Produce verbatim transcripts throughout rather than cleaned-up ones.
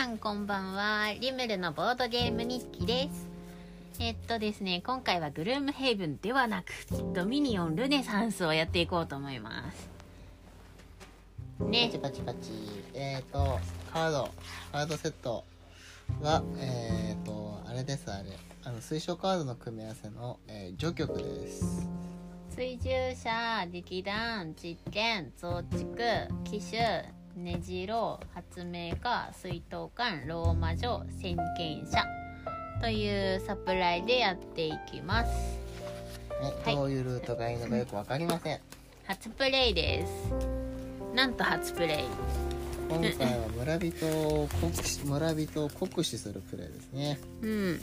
んこんばんは。リムルのボードゲーム日記です。えっとですね今回はグルームヘイブンではなくドミニオンルネサンスをやっていこうと思いますね。 パチパチパチ。えっ、ー、とカードカードセットはえっ、ー、とあれですあれあの推奨カードの組み合わせの、えー、序曲です。 追従者、劇団、実験、増築、騎手、根城、発明家、水筒館、ローマ女、先見者というサプライでやっていきます、 ね、はい、どういうルートがいいのかよくわかりません。 初プレイです。なんと初プレイ。 今回は村人を酷使村人を酷使するプレイですね。 うん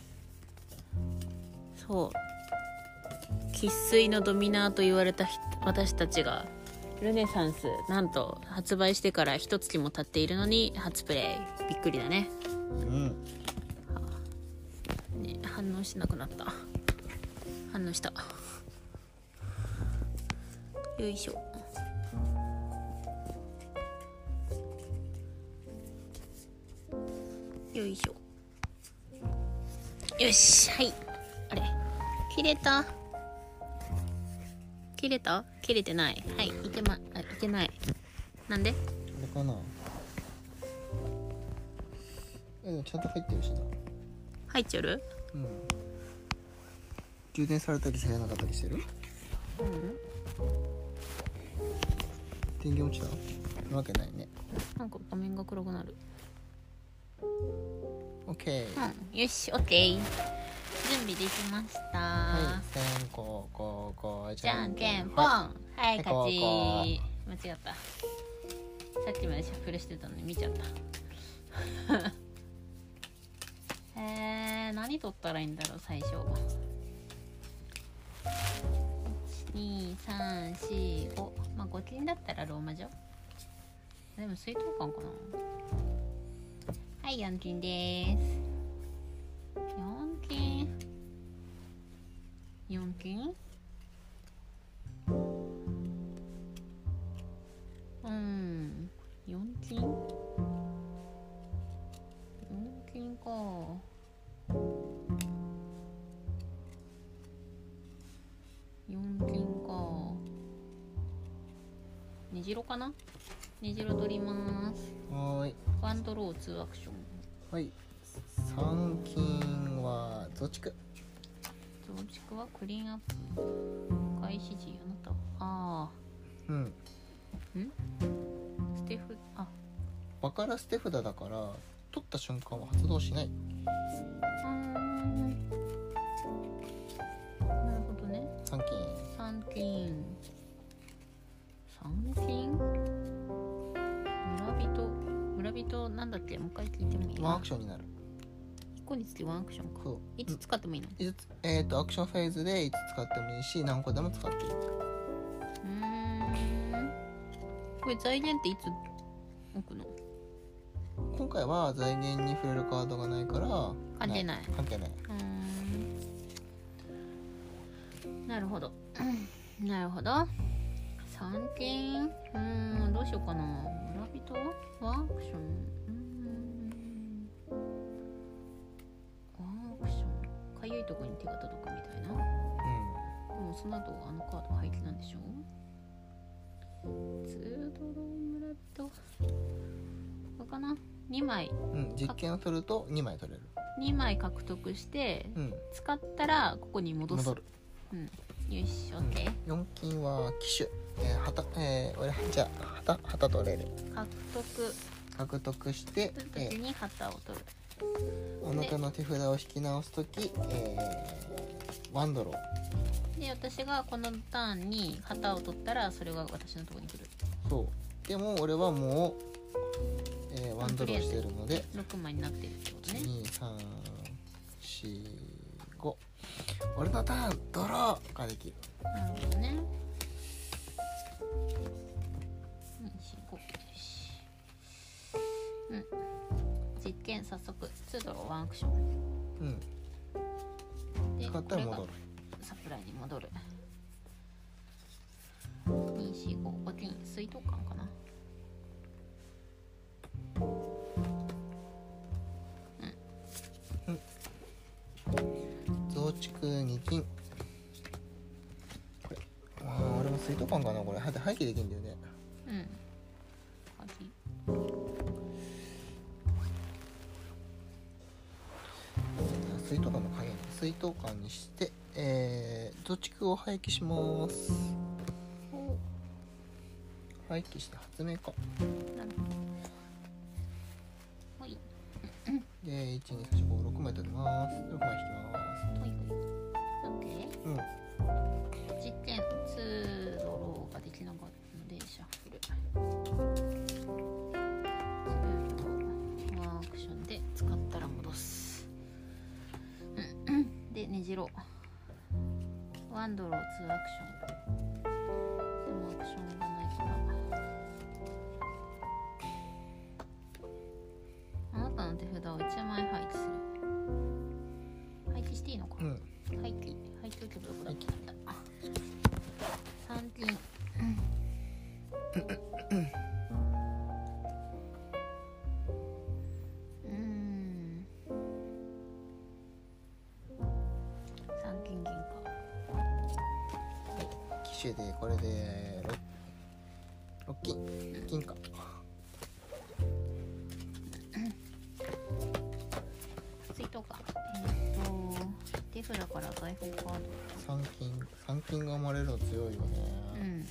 そう生粋のドミナーと言われた私たちがルネサンスなんと発売してから一月も経っているのに初プレイ。びっくりだね。 うん、はあ、ね反応しなくなった。反応した。よいしょ。よいしょ。よし、はい。あれ切れた切れた切れてない。はい、いけま、あ、いけない。なんで？ これかな。え、でもちゃんと入ってるしな。 入っちゃる？ うん。充電されたりされなかったりしてる？ うん。 電源落ちた？なわけないね。 なんか画面が黒くなる。 オッケー。 うん、よし、オッケー。準備できました。 はい、先行後攻じゃんけんぽん。はい、はい、勝ち。間違った。さっきまでシャッフルしてたのに見ちゃった。えー、何取ったらいいんだろう最初。いち、に、さん、し、ご。まあご金だったらローマ女。でも水筒館かな。はい、よん金です。よん金よん金うんよん金よん金か。よん金か。ねじろかな。ねじろ取ります。 はーい。 ワンドローツーアクション。 はい。さん金は増築。 増築はクリーンアップ開始時あなた。ああうん。 んステフあバカラ捨て札だから取った瞬間は発動しない。 うーんなるほどね。 さん金さん金さん金村人村人なんだっけ。もう一回聞いてもいい？ ワンアクションになる。 いっこにつきワンアクションか。 そういつ使ってもいいの？ いつえっ、ー、とアクションフェーズでいつ使ってもいいし何個でも使っていい。 うーんこれ財源っていつ置くの？ 今回は財源に触れるカードがないから関係ない。 関係ない。 うーんなるほどなるほど。さん金うーんどうしようかな。村人ワンアクションうーんワンアクションかゆいとこに手が届くみたいな。でもその後あのカード廃棄なんでしょ。ツードロー村人これかな。にまい、 うん、実験を取るとにまい取れる。 にまい獲得して、うん、使ったらここに戻す。 戻る。 うん、よし、オッケー。 よん金は騎手、えー、旗、えー、俺じゃあ旗旗取れる。 獲得獲得して時に旗を取る。 あなたの手札を引き直すとき、えー、ワンドローで私がこのターンに旗を取ったらそれが私のところに来る。 そうでも俺はもう、えー、ワンドローしてるのでろくまいになってるってことね。 にさんしご俺のターンドローができる。 なるほどね。にしごよし。うん実験早速ツードローワンアクション。 うん使ったら戻る。 サプライに戻る。にしごご金水筒館かな。 に金。これあー俺も水筒感かなこれ。廃棄できるんだよね。 うん。 水筒感の加減水筒感にして、えー、増築を廃棄します。廃棄して発明か。 なるほど。はい。 でいちにさんよんごろくまい取ります。ろくまい引きます。 はいはい。オッケー。 うん。 実験ツードローができなかったのでシャッフル。ツードローワンアクションで使ったら戻す。でねじろワンドローツーアクション。でもアクションがないからあなたの手札をいちまい配置する。配置していいのか、 うん、 廃棄廃棄受けどこだっけ。さん金うんさん金銀か。 機種でこれで ろく, ろく金金か。 水筒か。えっと手札から財宝カード。 さん金さん金が生まれるの強いよね。 うん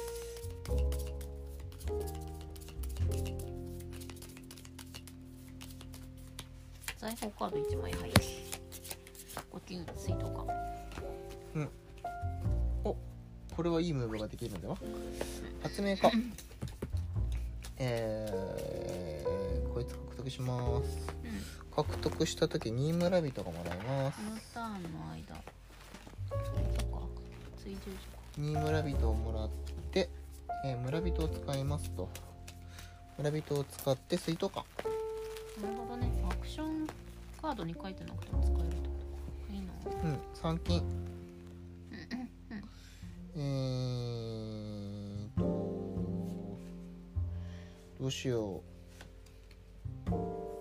財宝カードいちまい入る。ご金水筒か。 うんおこれはいいムーブができるのでは。発明か。えー、こいつ獲得します、うん、獲得した時に村人がもらえます。 このターンの間そっか追従時か。 に村人をもらって、えー、村人を使いますと。村人を使って水筒か。 なるほどね。アクションカードに書いてなくても使えるってことか。いいな。 うんさん金えーとどうしよう。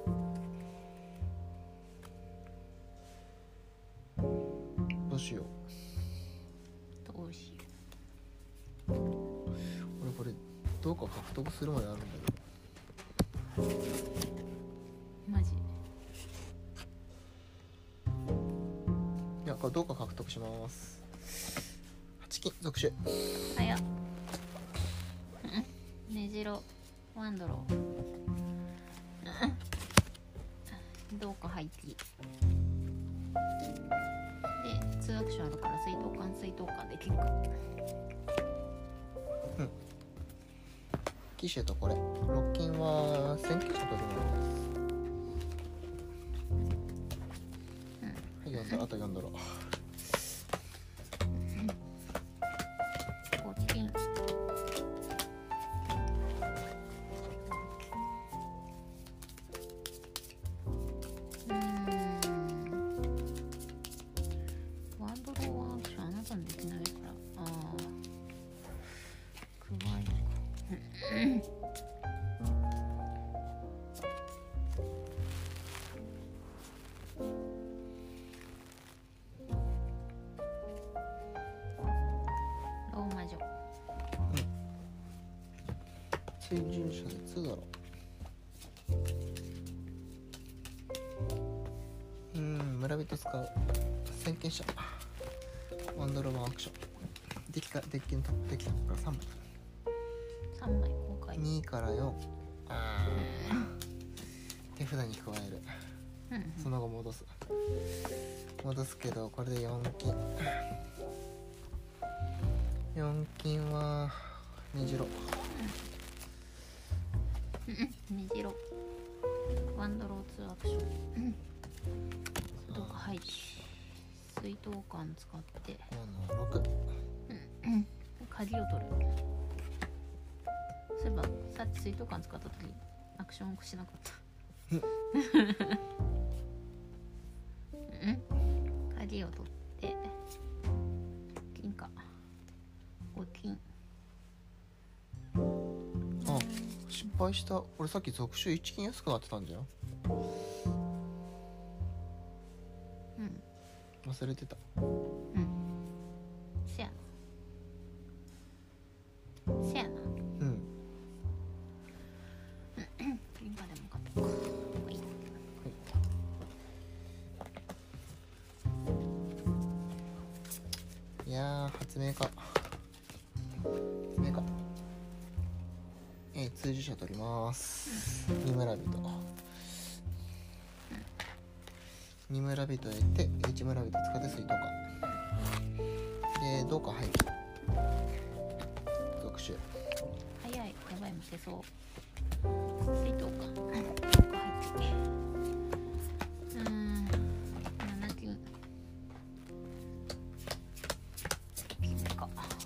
どうしようどうしよう。 俺これどうか獲得するまであるんだけど。 マジいやこれどうか獲得します。はち金属種。 早っねじろワンドローどうか入っていいでツーアクションあるから水筒管水筒管で結構。 うん機種とこれろっ金はせん機種取ります。うんはいよんドロあとよんドロご金うーんワンドローワンアクションあなたにできないからああくわいかローマ女追従者でツードロうーん村人使う。先見者ワンドローワンアクション。デッキかデッキのトップデッキからさんまいさんまい公開。 にからよん。あ手札に加える、うんうん、その後戻す戻すけどこれでよん金よん金はねじろねじろワンドローツーアクション、うん、どうかはい水筒管使ってよんのろく、 うん、鍵を取る。そういえばさっき水筒管使った時アクションしなかったうん鍵を取って金かご金。 あ失敗した。俺さっき属種いち金安くなってたんじゃん。 うん忘忘れてた。 うんせやなせやなうんリンパでも買っとこうか。はいいやー発明家発明家えー、通知書取ります。二村人二村人へって一村人使って水道管でどうか廃棄学習早いやばいも消そう水筒かどうか入ってうーんななきゅうきゅうか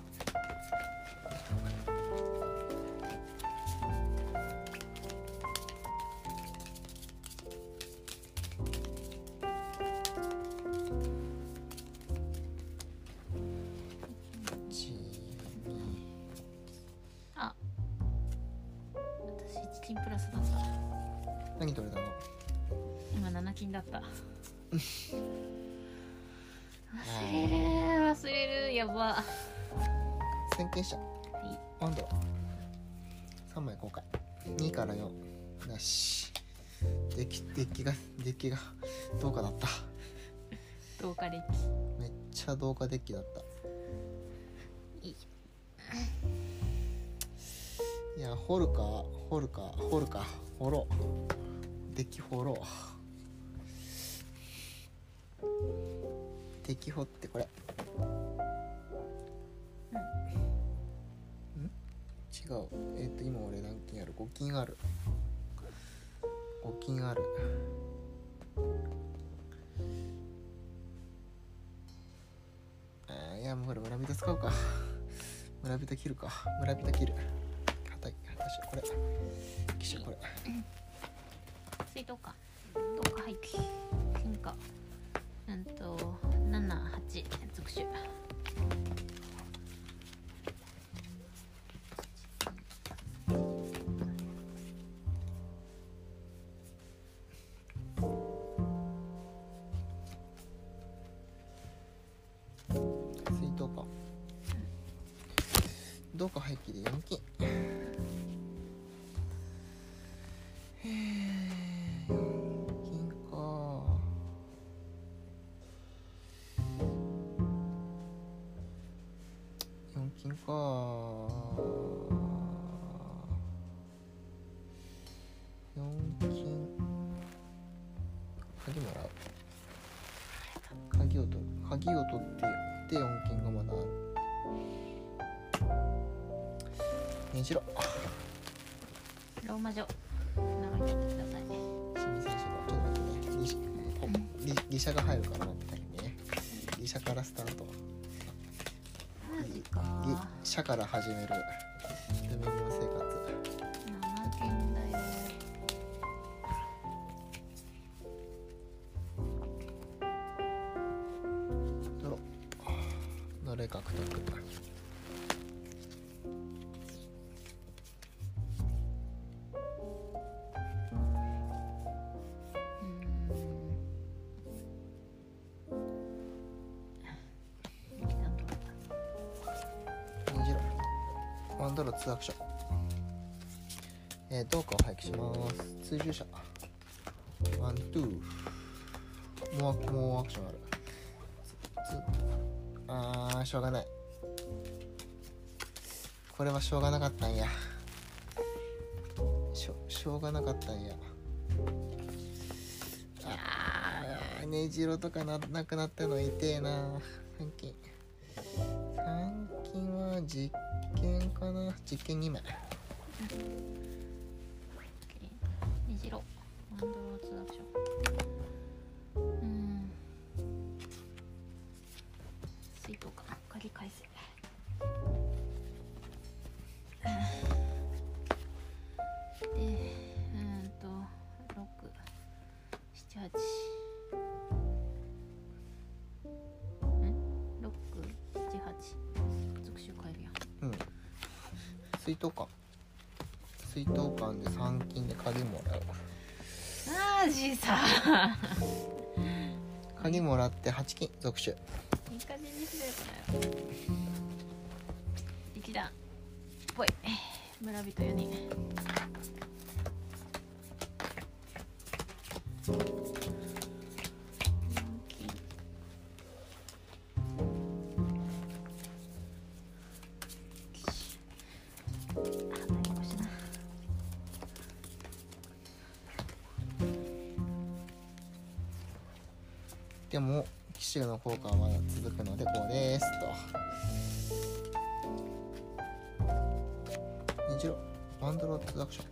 あ私いち金プラスだった何取れたの？ 今なな金だった忘れる忘れるやば先見者はい温度さんまい公開にからよんなしデッキデッキがデッキがどうかだった。 同化歴めっちゃ同化デッキだった。 いいいや掘るか掘るか掘るか掘ろうデッキ掘ろうデッキ掘ってこれん違うえっ、ー、と今俺何金あるご金あるご金あるあーいやもうこれ村人使うか村人切るか村人切るはたはたしこれ記者これ水筒かどうか廃棄進化うんとななはち属種水筒かどうか廃棄でよん金へえよん金かよん金かよん金鍵もらう鍵を取る鍵を取ってでよん金がまだあるねじろローマ女長いてくださいね清水選手がちょっと待ってねギシギシャが入るから待ってねギシャからスタートマジかギシャから始めるルメニオ生活なな件だよドロのれ獲得ワンドローツーアクション、えー、どうかを廃棄します追従者ワンツーもうもうアクションあるあーしょうがないこれはしょうがなかったんやし ょ, しょうがなかったんやあーねじろとか な, なくなったの痛えなさん金さん金は実験かな実験にまいねじろワンドローツーアクションうん水筒か鍵返せでうんとろく、なな、はちんろく、なな、はち属種変えるやんうん水筒館水筒館でさん金で鍵もらうマジさ鍵もらってはち金属種。 いい加減にすればよ。一段ぽい村人よにん。 でも騎士の効果はまだ続くのでこうですと。にじろワンドローツーアクション。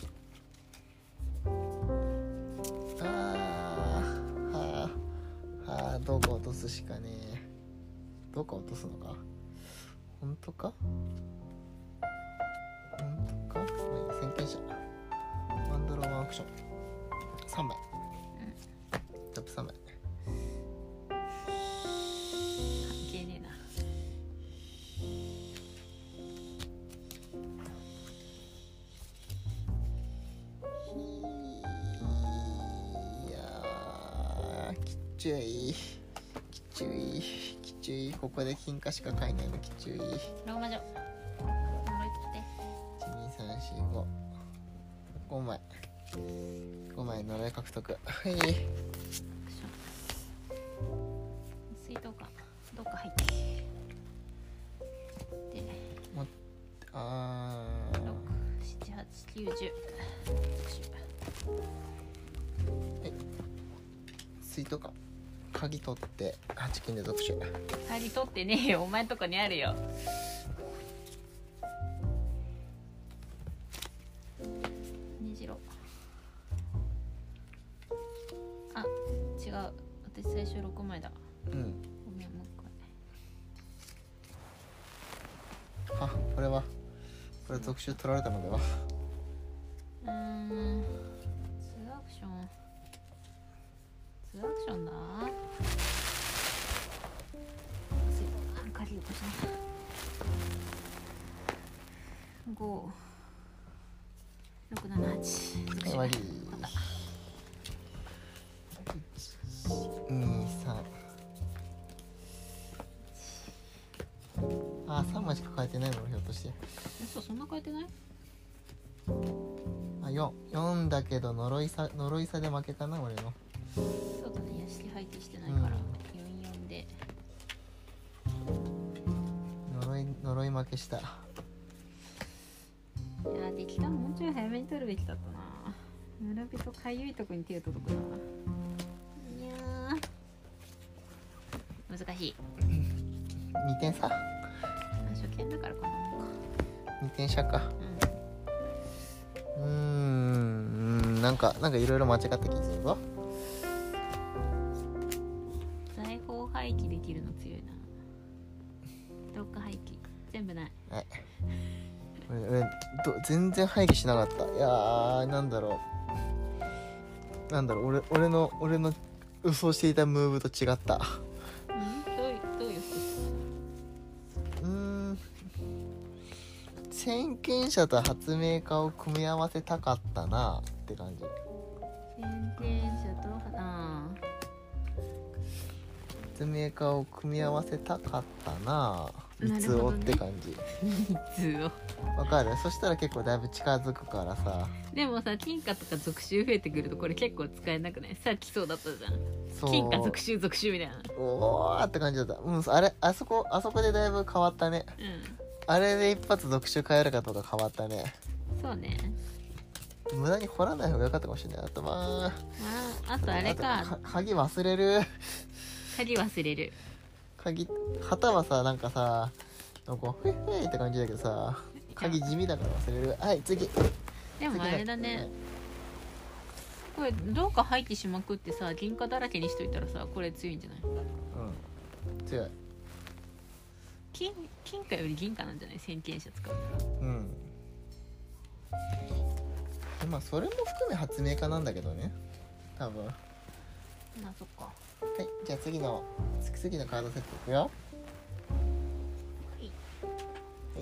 あーはあはあ、どうか落とすしかねえ。どうか落とすのか。本当か本当か。まあいい、先見者ワンドローワンアクションさんまい、うん、タップさんまい。きちゅいきちゅいきちゅい。ここで金貨しか買えないのきちゅい。 ローマ女呪いっていちにさんしごごまいごまい呪い獲得。はい水道管どっか入ってでもあろく、なな、はち、きゅう、じゅう水筒か鍵取ってはち金で続手。 鍵取ってねえよ、お前んとこにあるよ。虹色。あ、違う、私最初ろくまいだ。 うん。 ごめん、もう一回。あ、これはこれ続手取られたのでは。 うーん、ツーアクションツーアクションだ。鍵落としな。ご、ろく、なな、はち。 終わり。に、さん。あ、さんまいしか変えてないのひょっとして。 嘘、そんな変えてない？ あ、よん、よんだけど呪い差呪い差で負けかな俺の。 そうだね、屋敷配置してないから、うん、よんよんで呪い呪い負けした。いやー、できたのもうちょい早めに取るべきだったな。村人かゆいとこに手を届くな。いやー難しい。 にてん差。 初見だからこんなもんか。 にてん差か。うーん、うーん、なんかなんかいろいろ間違った気がするぞ。 財宝廃棄できるの強いな。どっか廃棄全部ない。 はい。俺ど全然廃棄しなかった。いやー、なんだろうなんだろう俺俺の俺の予想していたムーブと違った。 うん、どういうどういううーん、先見者と発明家を組み合わせたかったなって感じ。 先見者とあ発明家を組み合わせたかったな三つおって感じ。 三つおわかる。そしたら結構だいぶ近づくからさ。 でもさ、金貨とか属州増えてくるとこれ結構使えなくない？さっきそうだったじゃん。 そう金貨属州属州みたいな。 おーって感じだった。うん、あれあそこあそこでだいぶ変わったね。 うん。 あれで一発属種変えるかとか変わったね。 そうね。 無駄に掘らない方が良かったかもしれない。あとまあ、 まあ、あとあれか。 か鍵忘れる。 鍵忘れる。 鍵旗はさなんかさなんかフェフェって感じだけどさ鍵地味だから忘れる。はい次。 でもあれだね。これどうか廃棄しまくってさ銀貨だらけにしといたらさこれ強いんじゃない？ うん強い。 金金貨より銀貨なんじゃない？先見者使うなら。 うんでまあそれも含め発明家なんだけどね多分。 まあそっか。 はいじゃあ次の次のカードセットいくよ。 はい、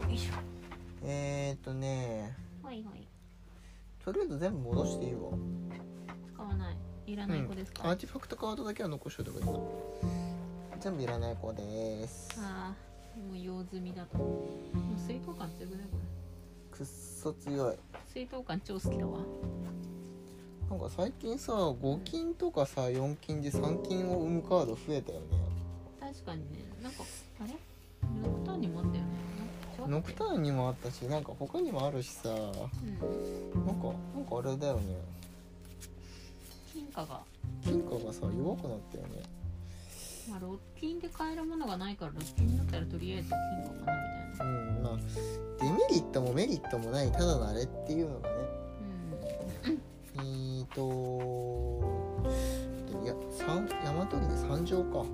よいしょ。 えーっとねはいはい。 とりあえず全部戻していいわ。 使わない。 いらない子ですか、 うん、アーティファクトカードだけは残しといた方がいいな。全部いらない子です。 ああもう用済みだと。もう水筒感強くないこれ。 くっそ強い。 水筒感超好きだわ。 なんか最近さご金とかさよん金でさん金を生むカード増えたよね。 確かにね。なんかあれノクターンにもあったよね。 ノクターンにもあったし、なんか他にもあるしさ、うん、なんかなんかあれだよね。 金貨が金貨がさ弱くなったよね。 まあろっ金で買えるものがないからろっ金だったらとりあえず金貨かなみたいな。 うんまあデメリットもメリットもないただのあれっていうのがね。うん。えーといや三大和りで三乗か。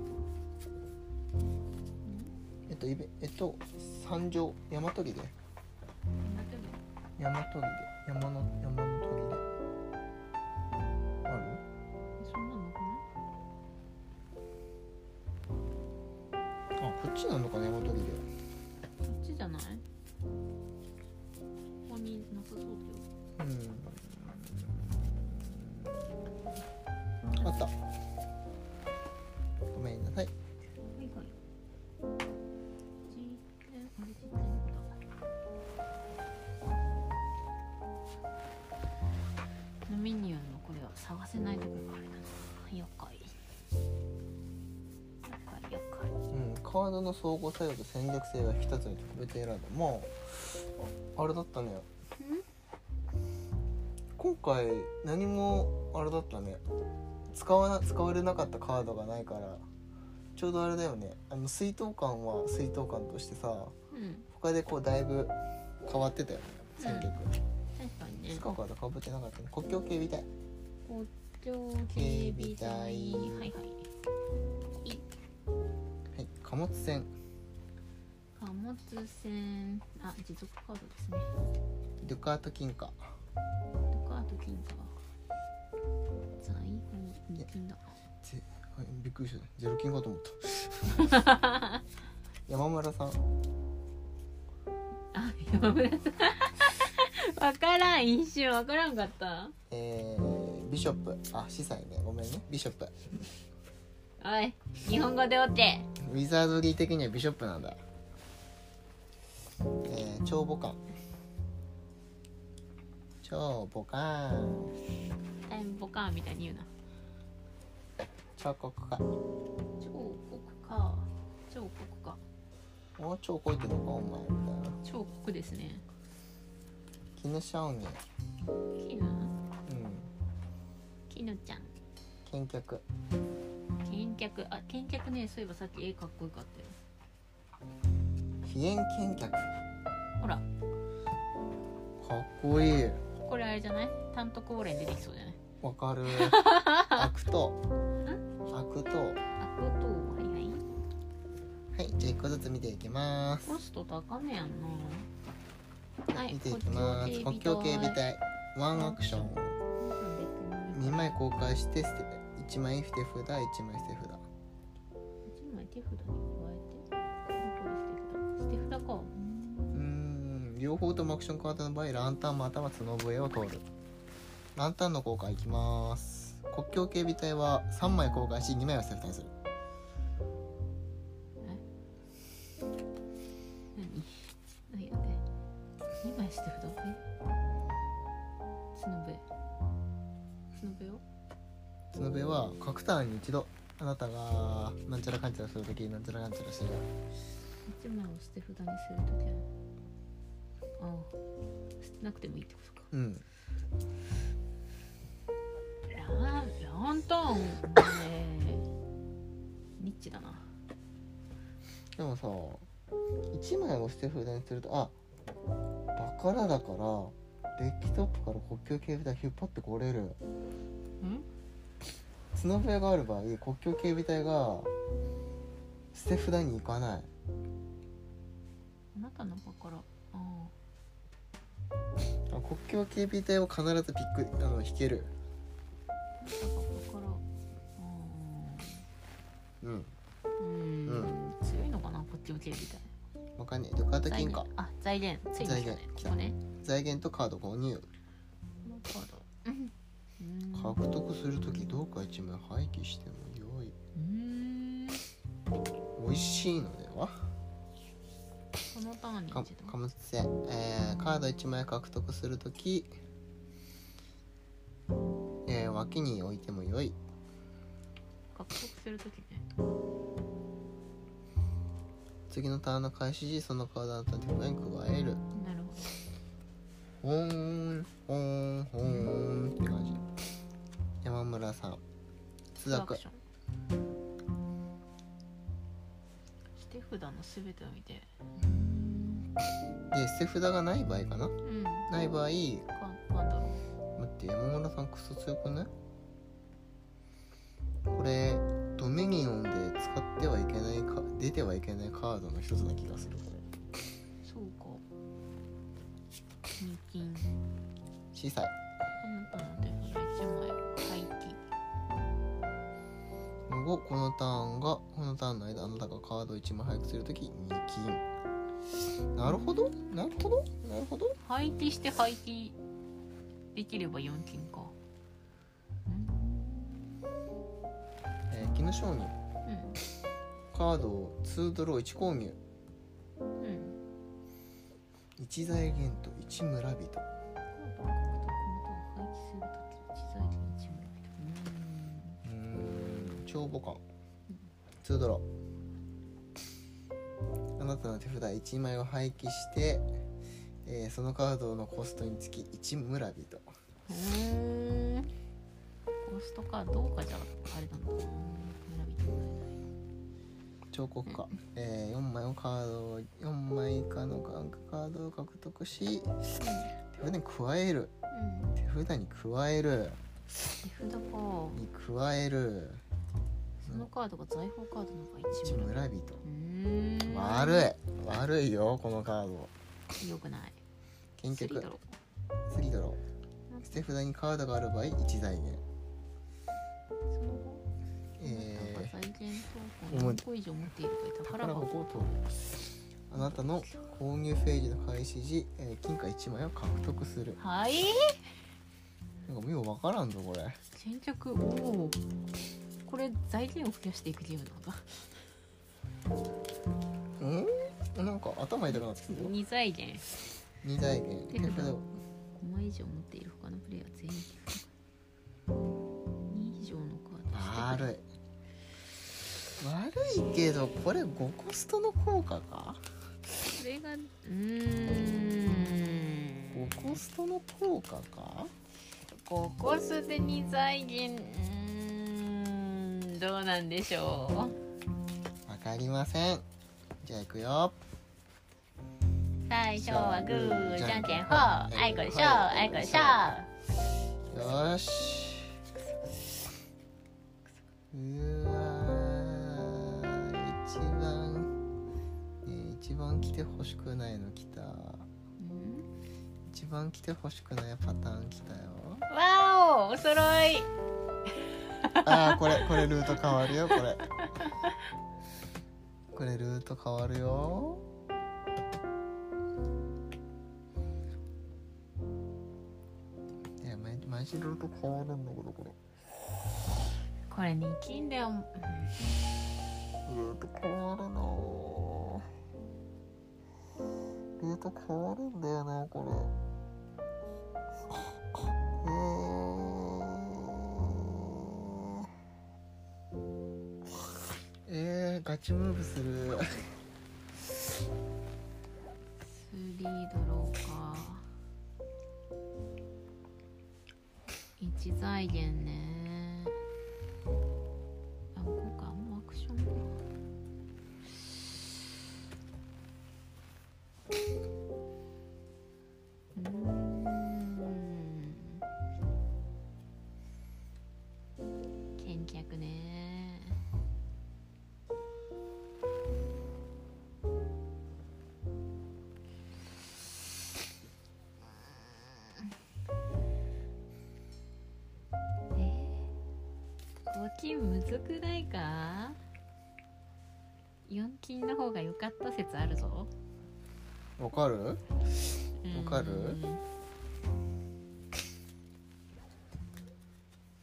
えっとイベえっと三乗大和りで。大和りで山の山の鳥で。ある？ そんなのかな？あ、こっちなのかね、大和りで。 こっちじゃない？ここになさそうだよ。 うん。あった。ごめんなさい。 はいはい。あれちっちゃいのだ。ノミニオンのこれは探せないところがあれだな。よかい。よかいよかい。 うん、カードの相互作用と戦略性が一つに特別選んだ。まああれだったね。今回何もあれだったね。使わな使われなかったカードがないからちょうどあれだよね。あの水筒感は水筒感としてさ、うん、他でこうだいぶ変わってたよね戦略、うん、確かにね。 使うカードかぶってなかったね。国境警備隊国境警備隊はいはいはい、貨物船貨物船あ持続カードですね。 ドゥカート金貨ドゥカート金貨財宝に金だ。 ぜびっくりしたゼロ金かと思った山村さんあ山村さんわからん一瞬わからんかった。 えー、ビショップあ司祭ねごめんねビショップおい日本語でおってウィザードリー的にはビショップなんだ。えー、超母艦超母艦タイムボカーンみたいに言うな。 彫刻家彫刻か彫刻かもう超こいてんのかお前みたいな。 彫刻ですね。 絹少年絹うん絹ちゃん見客見客あ見客ね。そういえばさっき絵かっこよかったよ。 飛燕見客ほらかっこいい。 これあれじゃない？単独オーレン出てきそうじゃない？ わかるアクトアクトアクトはいはいはい、じゃあいっこずつ見ていきます。 コスト高めやんな。はい、 見ていきます。国境警備隊ワンアクションにまい公開して捨ていちまい手札いちまい捨て札いちまい手札に加えて捨て札か。 うーん両方ともアクションカードの場合ランタンまたは角笛を通る。ランタンの効果いきます。国境警備隊はさんまい公開しにまいを捨て札にする。 何何やってにまい捨て札え角笛角笛を角笛は各ターンに一度あなたがなんちゃらかんちゃらするときなんちゃらかんちゃらしてる。 いちまいを捨て札にするときはああ捨てなくてもいいってことか。 うんランランタンねニッチだな。 でもさいちまいを捨て札にするとあだからだからデッキトップから国境警備隊引っ張ってこれる。ん角笛がある場合国境警備隊が捨て札に行かない。 あなたの場からああ国境警備隊を必ずピックあの引ける。 あなたの場からあうんうんうん強いのかな国境警備隊。 わかんねえ。ドカート金貨あ財源ついに来たね。ここね財源とカード購入。 このカードうん獲得するときどうかいちまい廃棄しても良い。うーん、美味しいのでは。 このターンにか貨物船、えー、カードいちまい獲得するとき、えー、脇に置いても良い。 獲得するときね。 次のターンの開始時、そのカードの手札に加える。 なるほど。ほーんほーんほーんって感じ。山村さん、通訳。捨て札のすべてを見て。 で、捨て札がない場合かな、うん、ない場合、かなんだろう。待って、山村さんクソ強くない？これドミニオンで使ってはいけないか、出てはいけないカードの一つな気がする。これそうか。二金小さい。 あなたの手札いちまい廃棄後、このターンがこのターンの間、あなたがカードいちまい廃棄するときに金。なるほどなるほどなるほど。 廃棄して廃棄できればよん金か。 えー、絹商人、うん、カードをにドローいち購入、うん、いち財源といち村人。カードを獲得または廃棄するときいち財源いち村人。うーん、帳簿官、にドロー。あなたの手札いちまいを廃棄して、えー、そのカードのコストにつきいち村人。 うーん、コストかどうかじゃあれなんだな。 彫刻家、うん、えー、よんまいのカードをよんまい以下のカードを獲得し、うん、手札に加える、うん、手札に加える手札かに加える。 そのカードが財宝カードの場合いち村人。うーん、悪い悪いよこのカード。 よくない。 剣客スリドロー。捨て札にカードがある場合いち財源。 その後、えー、財源トークンを何個以上持っていると宝箱を取る。 あなたの購入フェージの開始時、えー、金貨いちまいを獲得する。 はい。 なんかよう分からんぞこれ。 先着、おお。これ財源を増やしていくゲームなんだ。 うん？なんか頭痛くなってきてる。 に財源。 に財源。 手札をごまい以上持っている他のプレイヤー全員に以上のカード。 悪い。悪いけどこれごコストの効果か。 それがうーん。 ごコストの効果か。 ごコスでに財源。どうなんでしょう。 わかりません。じゃあいくよ。 最初はグーじゃんけんほう、あいこでしょうあいこでしょう。よし。うわー、一番、ね、一番来てほしくないの来た。一番来てほしくないパターン来たよ。 わお、お揃い。 あー、これこれルート変わるよ。これこれルート変わるよ。いやマジルート変わるんだけどこれこれに金だよ。 ルート変わるな。ルート変わるんだよなこれ。えーえー、ガチムーブする。 スリードローか。いち財源ね。あ、今回あんまアクションか。うーん。見客ね。金むずくないか。よん金の方が良かった説あるぞ。 わかる？わかる？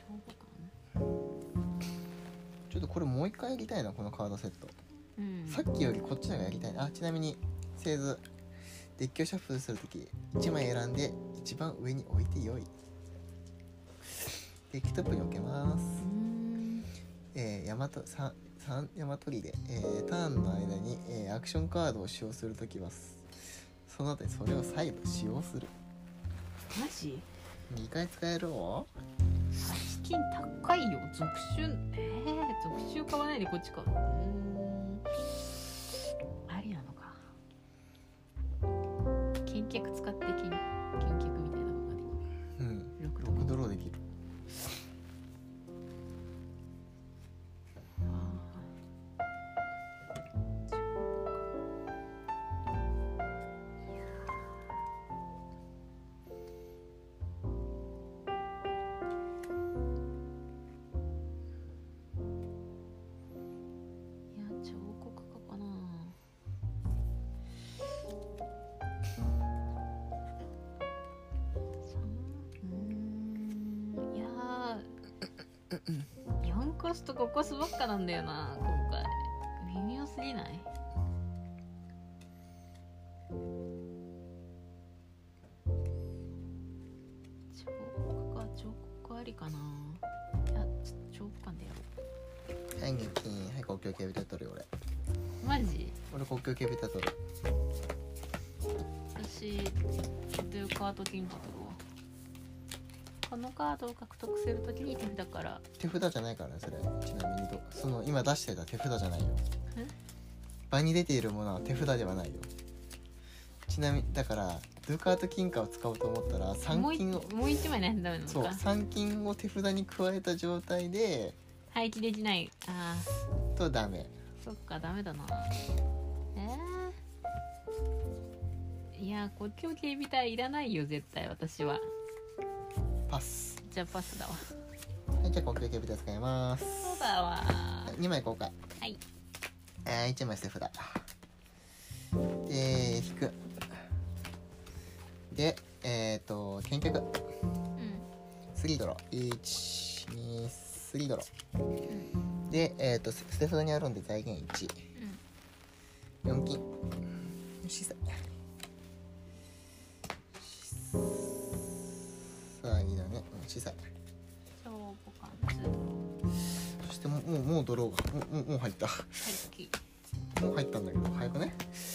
ちょっとこれもう一回やりたいな、このカードセット、うん、さっきよりこっちの方がやりたいな。あ、ちなみに製図デッキをシャッフルするときいちまい選んで一番上に置いてよい。デッキトップに置けます。えー、ヤマトさんヤマトリで、えー、ターンの間に、えー、アクションカードを使用するときはその後にそれを再度使用する。 マジにかい使えるわ。 資金高いよ。続集えー、続集買わないでこっちか。うーん、ありなのか。金脚使って金金脚みたいなのができる。 うん、ろくドローできる。 よんコスとごコスばっかなんだよな今回。微妙すぎない？彫刻か、彫刻ありかな。いや、ちょっと彫刻感でやろう。 はい、入金。はい、国境警備隊取るよ俺。 マジ？ 俺国境警備隊取る。 私どういうカード金取るわ。このカードを獲得するときに手札から。 手札じゃないからねそれ。ちなみにどその今出してた手札じゃないよ。場に出ているものは手札ではないよ。ちなみにだからドゥカート金貨を使おうと思ったらさん金をもう一枚ないとダメなのか。 そう、さん金を手札に加えた状態で配置できない。ああとダメ。 そっか、ダメだな。えー、いや国境警備隊いらないよ絶対。私はパス。 じゃあパスだわ。 はい、じゃあ国境警備隊使います。 そうだわ。 にまい公開。 はい。 あーいちまい捨て札で引く。でえっ、ー、と剣脚、うん、スリードローいちにスリードロー、うん、でえっ、ー、と捨て札にあるんで財源いち、うん、よん金しささあいいだね。小さい。そしてもうもうもうドローがもうもう入った。もう入ったんだけど早くね。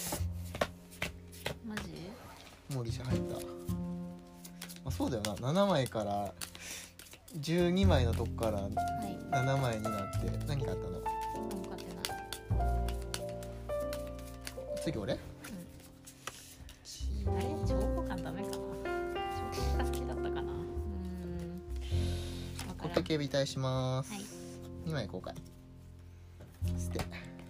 マジ？ もう利子入った。まあ、そうだよな。ななまいからじゅうにまいのとこからななまいになって何かあったの？ 何かってない。 次俺？うん、 あれ彫刻感ダメかな。彫刻が好きだったかな。うーん。 国境警備隊します。 はい、 にまい公開。捨て。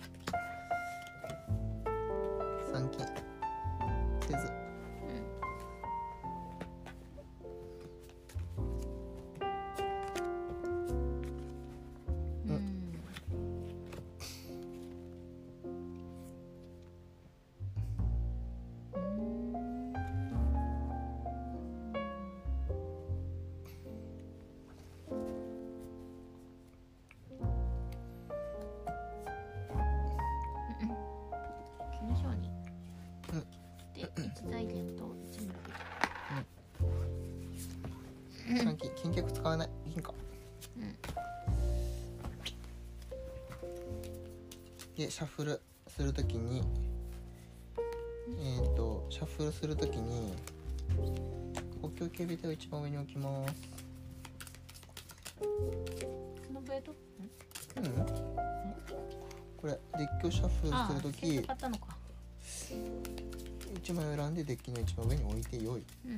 さん金。せず。うん。うん。金脚使わない。いいんか、うん、でシャッフルするときにえっ、ー、とシャッフルするときに国境警備隊を一番上に置きます。 このブレード？ うん、これデッキをシャッフルするときいちまい選んでデッキの一番上に置いてよい。うん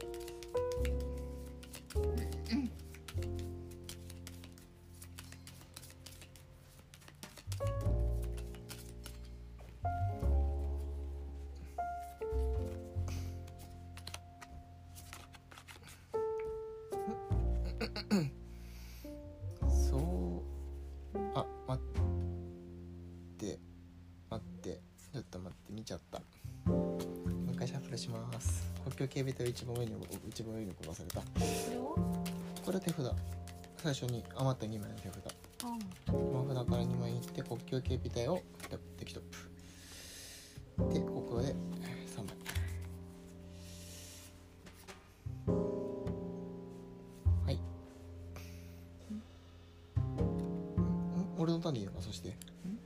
そうあ待って待ってちょっと待って見ちゃった。もう一回シャッフルします。国境警備隊を一番上に一番上に転ばされた。これは手札最初に余ったにまいの手札、 うん、 山札からにまいいって国境警備隊を敵トップで、ここでさんまい。はい、んん俺のターンでいいのか。そして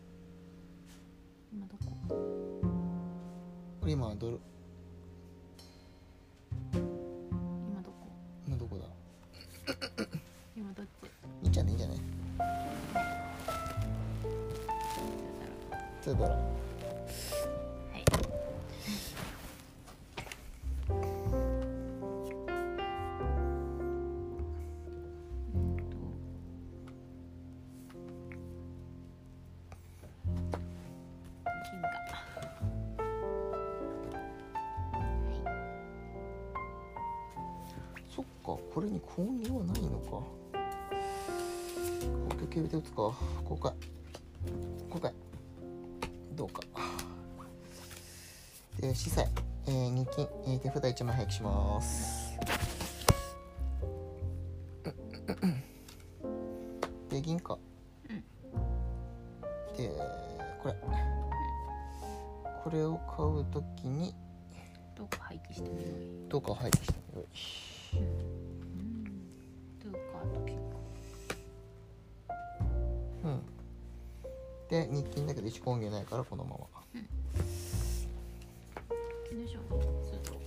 今どこ？ 俺今ドル今どこ？ 今どこだ今どっち？ いいんじゃねいいんじゃないそうだろう。 はい。金貨。 そっか、これに購入はないのか。国境警備隊打つか。公開公開どうか。で、司祭、えー、に金、えー、手札いちまい廃棄します。で、銀貨、 うん、 で、これ、これを買うときにどうか廃棄してもよい。 どうか廃棄してもよい。 うん、どうかと結構。 うん。で、に金だけどいち根源ないからこのまま。 うん。でしょうね。そうそう。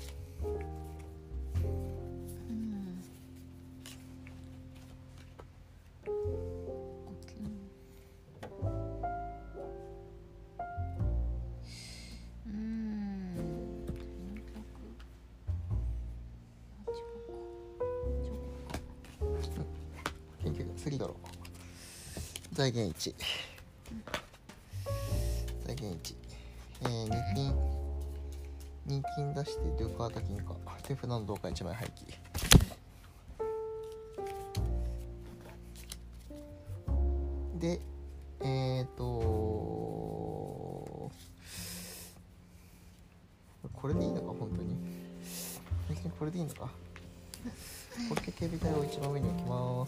うん。うん。 研究次だろう。財源いち、財源いち、えー、に金に金出してデュカータ金か。手札のどうかいちまい廃棄で、えーとこれでいいのか。本当に本当にこれでいいのか。国境警備隊を一番上に置きます。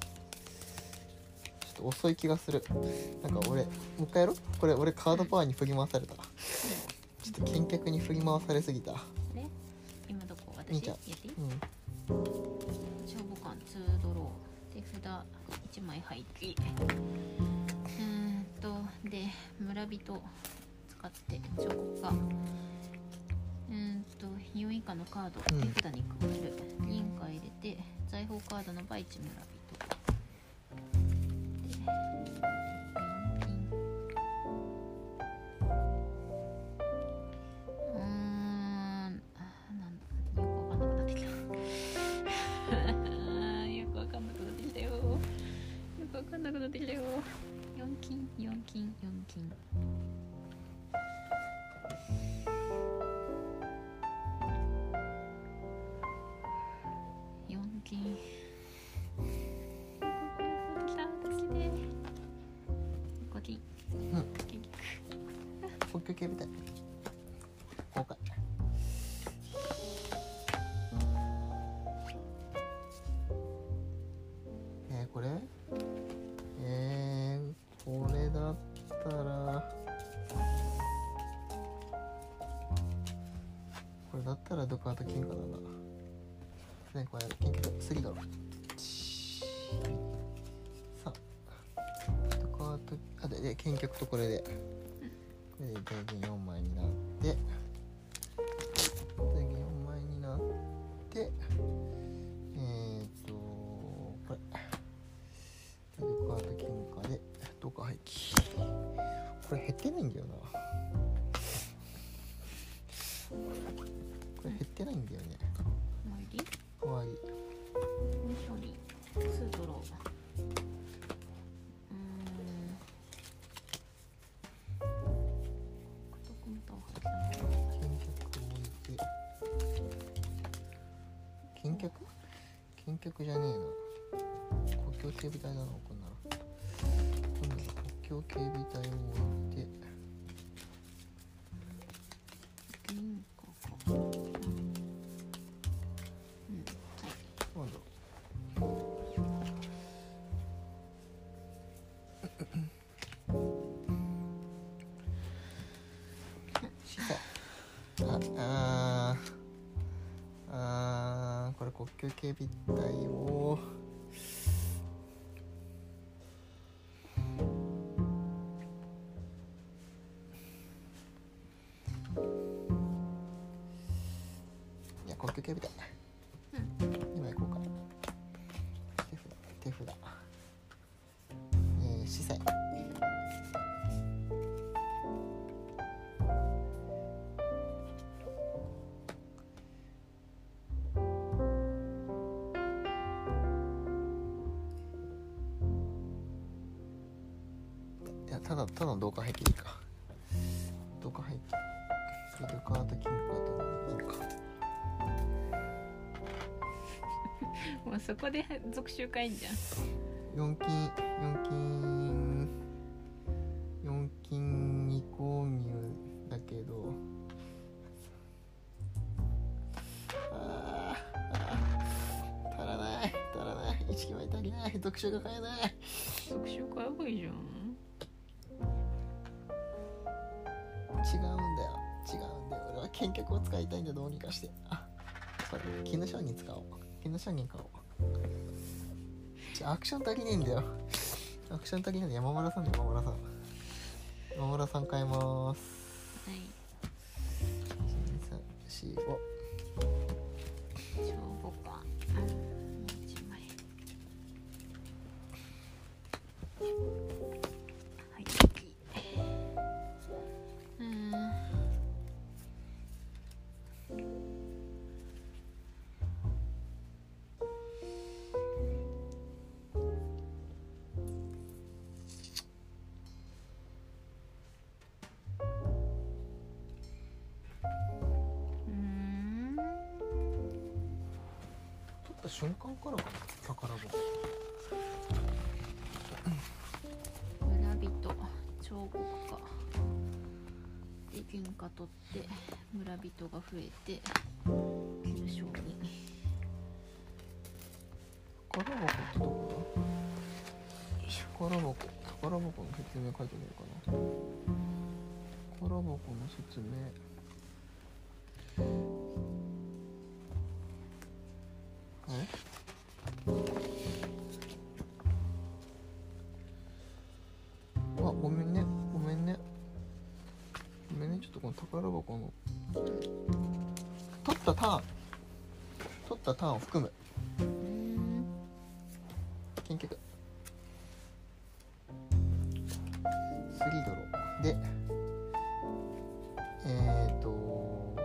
ちょっと遅い気がする。なんか俺もう一回やろう。これ俺カードパワーに振り回された。ちょっと見客に振り回されすぎた。 ね、今どこ？私兄ちゃん、 やっていい？ うん、 消防官ツードロー、手札いちまい廃棄。うーんとで村人使って彫刻家、うーんとよん以下のカード、 うん、 手札に加える。銀貨入れて財宝カードの場合いち村人でよん金。うーん、あなんよくわかんなくなってきたよくわかんなくなってきたよよくわかんなくなってきたよ。よん金よん金よん金。よん金。来た、助けて。ご金。 うん。国境警備隊。公開。えー、これ？えー、これだったら、これだったらどこかと金貨だな。ね、これ研究すりだろ。さあ、どこかとあでで研究とこれで、これで財源よんまいになって、財源よんまいになって、えーとこれ。でどこかと金貨でどこか廃棄。これ減ってないんだよな。これ減ってないんだよね。 終わり？ 終わり。 処理ツードロー。うーん。どこもとは見客を置いて。見客？見客じゃねえな。国境警備隊だな、こんなの。今度は国境警備隊を置いて。 銀貨か。うん。はい。 なんだろう。 あああこれ国境警備隊をいや国境警備隊、うん、今行こうか。手札手札、えー、司祭ただただの同化兵器でいいか。同化兵器フィルカートキンカートいいか。 もうそこで続集会んじゃん。 よん金よん金よん金に購入だけど、ああ足らない足らない、いち金は足りない、読書が買えない。 続集買えばいいじゃん。 違うんだよ違うんだよ、俺は剣客を使いたいんだ、どうにかして。あ、それ絹商人使おう、絹商人買おう。ちょアクション足りねえんだよ、アクション足りないんだ。山村さんだ、山村さん山村さん買いまーす。 はい、いち、に、さん、し、ご帳簿かいちまい。はい、うーん瞬間からかな、宝箱。 村人彫刻家で原価取って村人が増えて絹商人。 宝箱ってどこだ。宝箱宝箱の説明書いてみるかな。宝箱の説明、えあ、ごめんねごめんねごめんね、ちょっとこの宝箱の取ったターン取ったターンを含む剣客スリードローで、えーと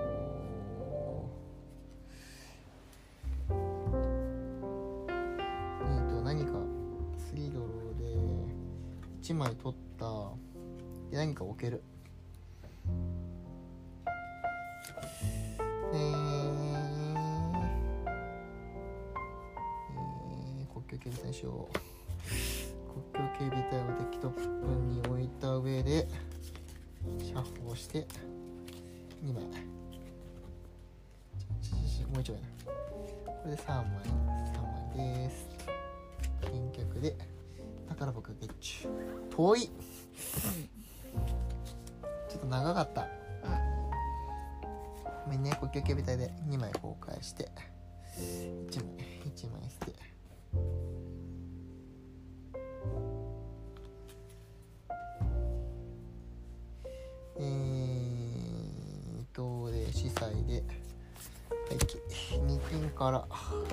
えーと何かスリードローでいちまい取ったで何か置ける。えー、えー、国境警備隊にしよう。国境警備隊を敵トップに置いた上でシャッフルをしてにまい、もういちまいな、これでさんまいさんまいです。返却で宝箱ゲッチュ。遠い、うん、ちょっと長かった。ごめんね、国境警備隊でにまい公開していちまいいちまい捨て、えーとで司祭で廃棄に金から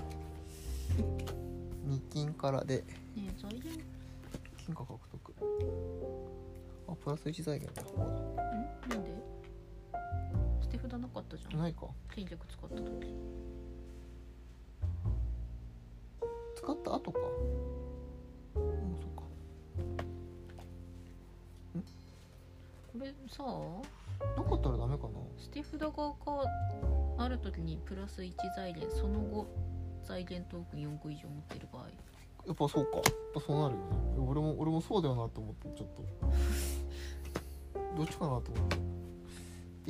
に金からで、 ね、財源金貨獲得。あ、プラスいち財源だ。 んなんで捨て札なかったじゃん。 ないか、 剣客使った時使った後か。うん、そっか。んこれさなかったらダメかな。 捨て札がある時にプラスいち財源、その後財源トークンよんこ以上持ってる場合、 やっぱそうか、やっぱそうなるよね。俺も俺もそうだよなと思って、ちょっとどっちかなと思って、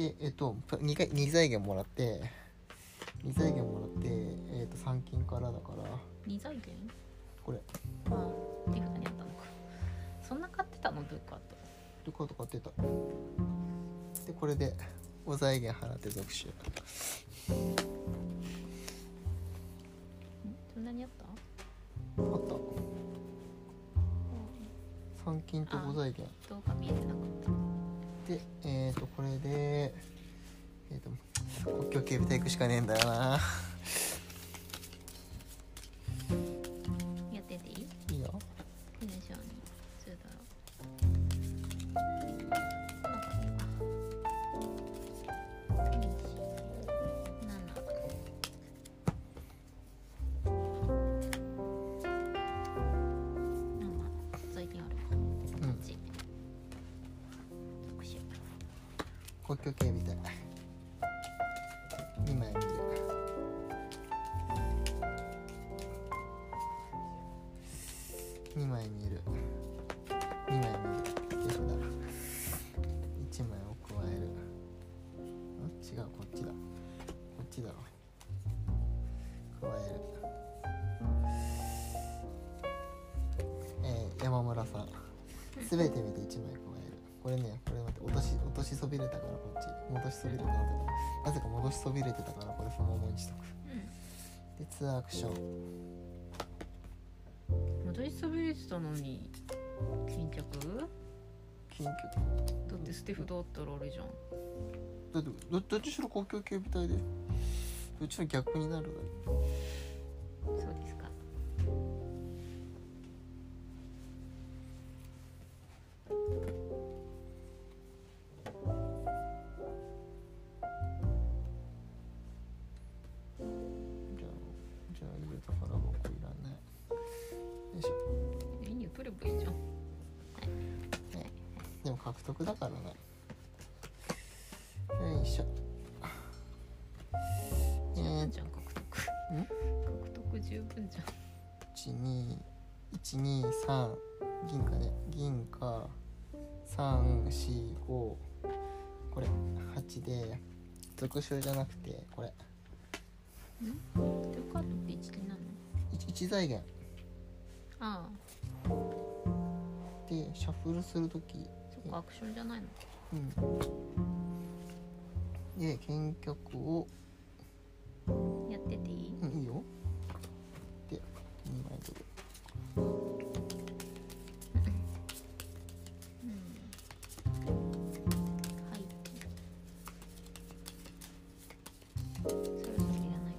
でえっと 2, 回に財源もらってに財源もらって、えっとさん金からだからに財源、 これああ手札にあったのか。そんな買ってたの。ブックアットルカード買ってた。でこれでお財源払って続集。 そんなにあった？ あった。参勤とご財源。 動画見えてなかった。 で、えっ、ー、とこれで、えっ、ー、と国境警備隊行くしかねえんだよな。 やってていい？ いいよ。 いいでしょうね。そうだろう。なんかっけか。に、なな。なな、財源あるわ。 うん。 特集。 国境警備隊。にまい見る。にまい見る。にまい見る。手札。いちまいを加える。ん？違う、こっちだ。こっちだろ。加える。えー、山村さん。すべて見ていちまい加える。これね、これ待って、落とし、落としそびれたからこっち。戻しそびれたから。なぜか戻しそびれてたからこれそのままにしとく。 うん。 で、ツーアクション。 戻しそびれてたのに巾着？ 緊急。 だって捨て札あったらあれじゃん。 だってど、どっちしろ国境警備隊でどっちの逆になるだよ。 そうですか。 じゃあじゃあ入れたから僕いらない。よいしょ。 メニュー取ればいいじゃん。はい、 ね、でも獲得だからね。よいしょ。 十分じゃん、獲得。 ん？ 獲得十分じゃん。 いちにいちにさん銀貨ね。銀貨さんよんごこれはちで続集じゃなくてこれ。 ん？ステルカードって一金なの？ いち財源。 ああ。 でシャッフルするとき。 そっか、アクションじゃないの？ うん。で見客をやってていい？ うん、いいよ。でにまい取る。 うん。はい。そろそろいらないかな。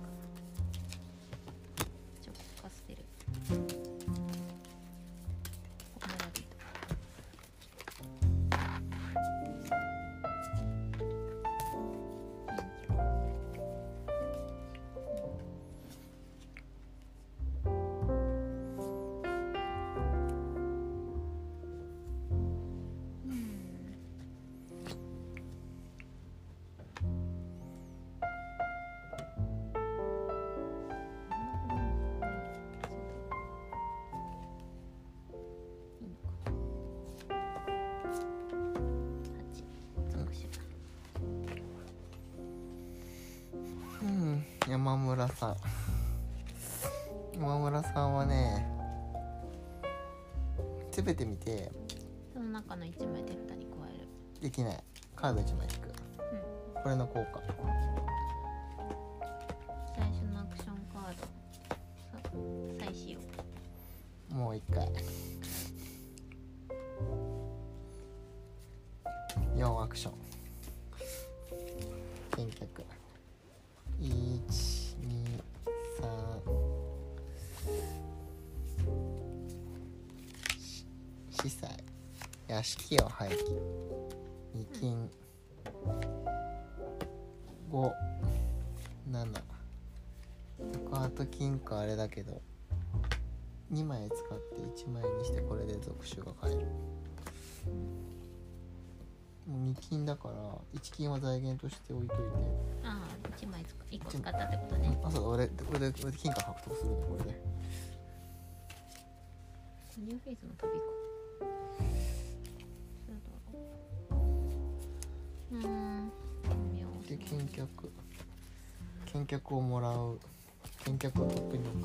ちょっとか捨てる。ここまでいいと。 山村さん山村さんはねすべて見てその中のいちまい手札に加える。 できない。カードいちまい引く、うん、これの効果。 最初のアクションカード再使用。 もう一回よんアクション見客いちにさん司祭屋敷を廃棄に金ごななあと金かあれだけどにまい使っていちまいにしてこれで属種が買える。もうに金だからいち金は財源として置いといて。 ああいちまい使いっこ使ったってことね。 あそうだ俺これでこれで金貨獲得するねこれで。 ニューフェイスの旅か。そうだろう。うーん。 で見客見客をもらう。見客をトップに置く。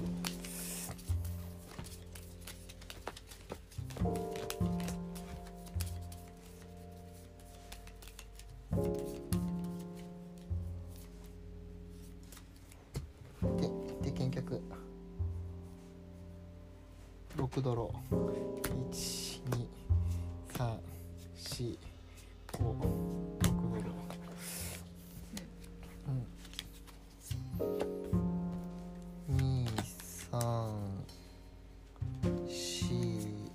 ろくドローいちにさんよんごろくドロー、うん、にさんし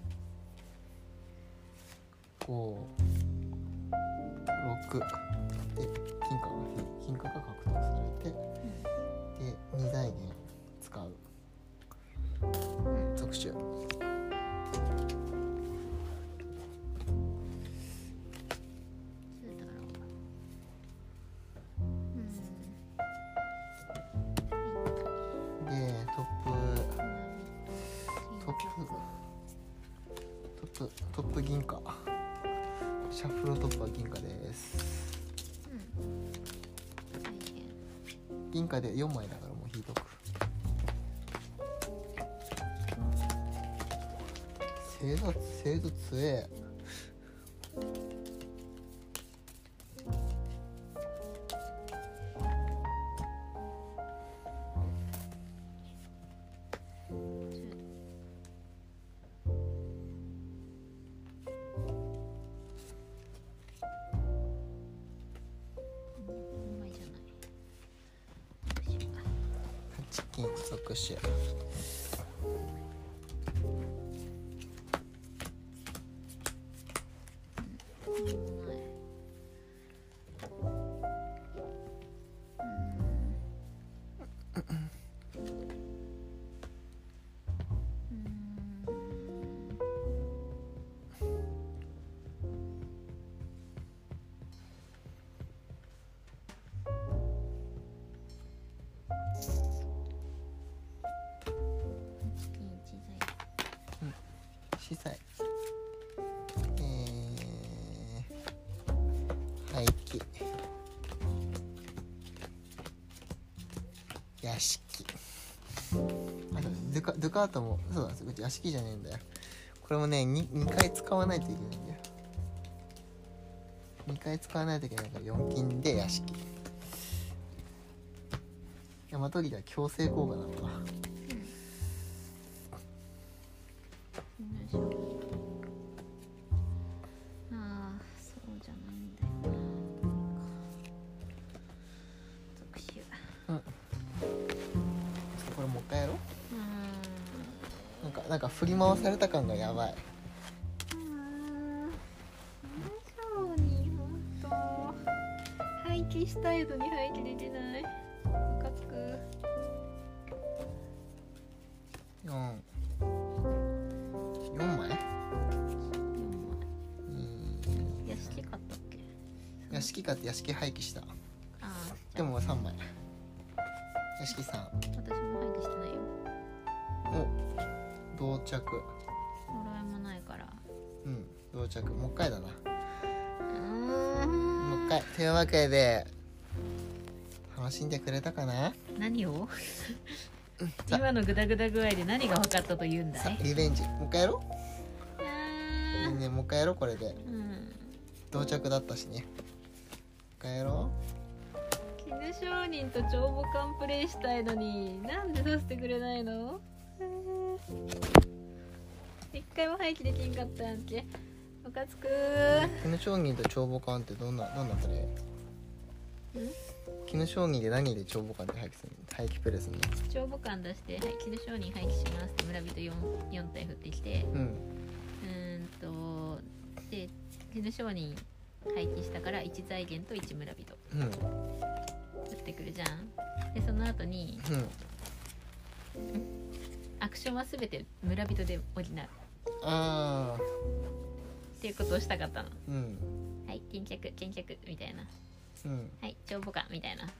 ごろくで金貨が金貨が獲得されて、うん、でに財源使う、うん、特殊トップ銀貨、シャッフルトップは銀貨です、うん、銀貨でよんまいだからもう引いとく。精度精度強え。金属種司祭、えー、廃棄、屋敷、あとドゥカ、ドゥカートもそうなんですよ。屋敷じゃねえんだよ。これもね 2, 2回使わないといけないんだよ。にかい使わないといけないからよん金で屋敷。大和儀では強制効果なのか。なんか振り回された感がやばい。 廃棄したいのに廃棄できない。ムカつく。 よん、よんまい？よんまい。 屋敷買ったっけ？ 屋敷買って屋敷廃棄した。 あでもさんまい。屋敷さん。 私も廃棄してないよ。 お、到着。 もらいもないから。 うん、到着。もう一回だな。 うーん。 もう一回。というわけで楽しんでくれたかな？ 何を？今のグダグダ具合で何が分かったと言うんだい？ さリベンジ。もう一回やろう。 あー、 ねえねえもう一回やろうこれで。 うん。 到着だったしね。もう一回やろう。絹商人と帳簿館プレイしたいのになんでさせてくれないの？一回も廃棄できんかったやんけ。ムカつくー。 絹商人と帳簿館ってどんなどんなプレイ？ん？絹商人で何で帳簿館って廃棄するの？廃棄プレイするの？ 帳簿館出して、はい、絹商人廃棄しますって村人 4, 4体振ってきて、うん、うーんとで絹商人廃棄したからいち財源といち村人、うん、振ってくるじゃん。でその後に、うん、アクションはすべて村人で補う。あーっていうことをしたかったの、うん、はい見客見客みたいな、うん、はい帳簿館みたいな。よ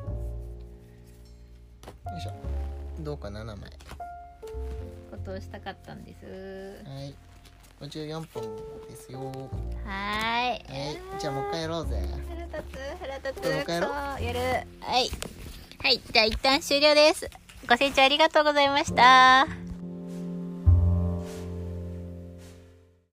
いしょ。どうかななまいことをしたかったんです。 はい、ごじゅうよんぷんですよ。 はい、 はい、じゃあもう一回やろうぜ。 腹立つ腹立つ。 もう一回やろう。 そうやる。はいはい、じゃあ一旦終了です。ご清聴ありがとうございました。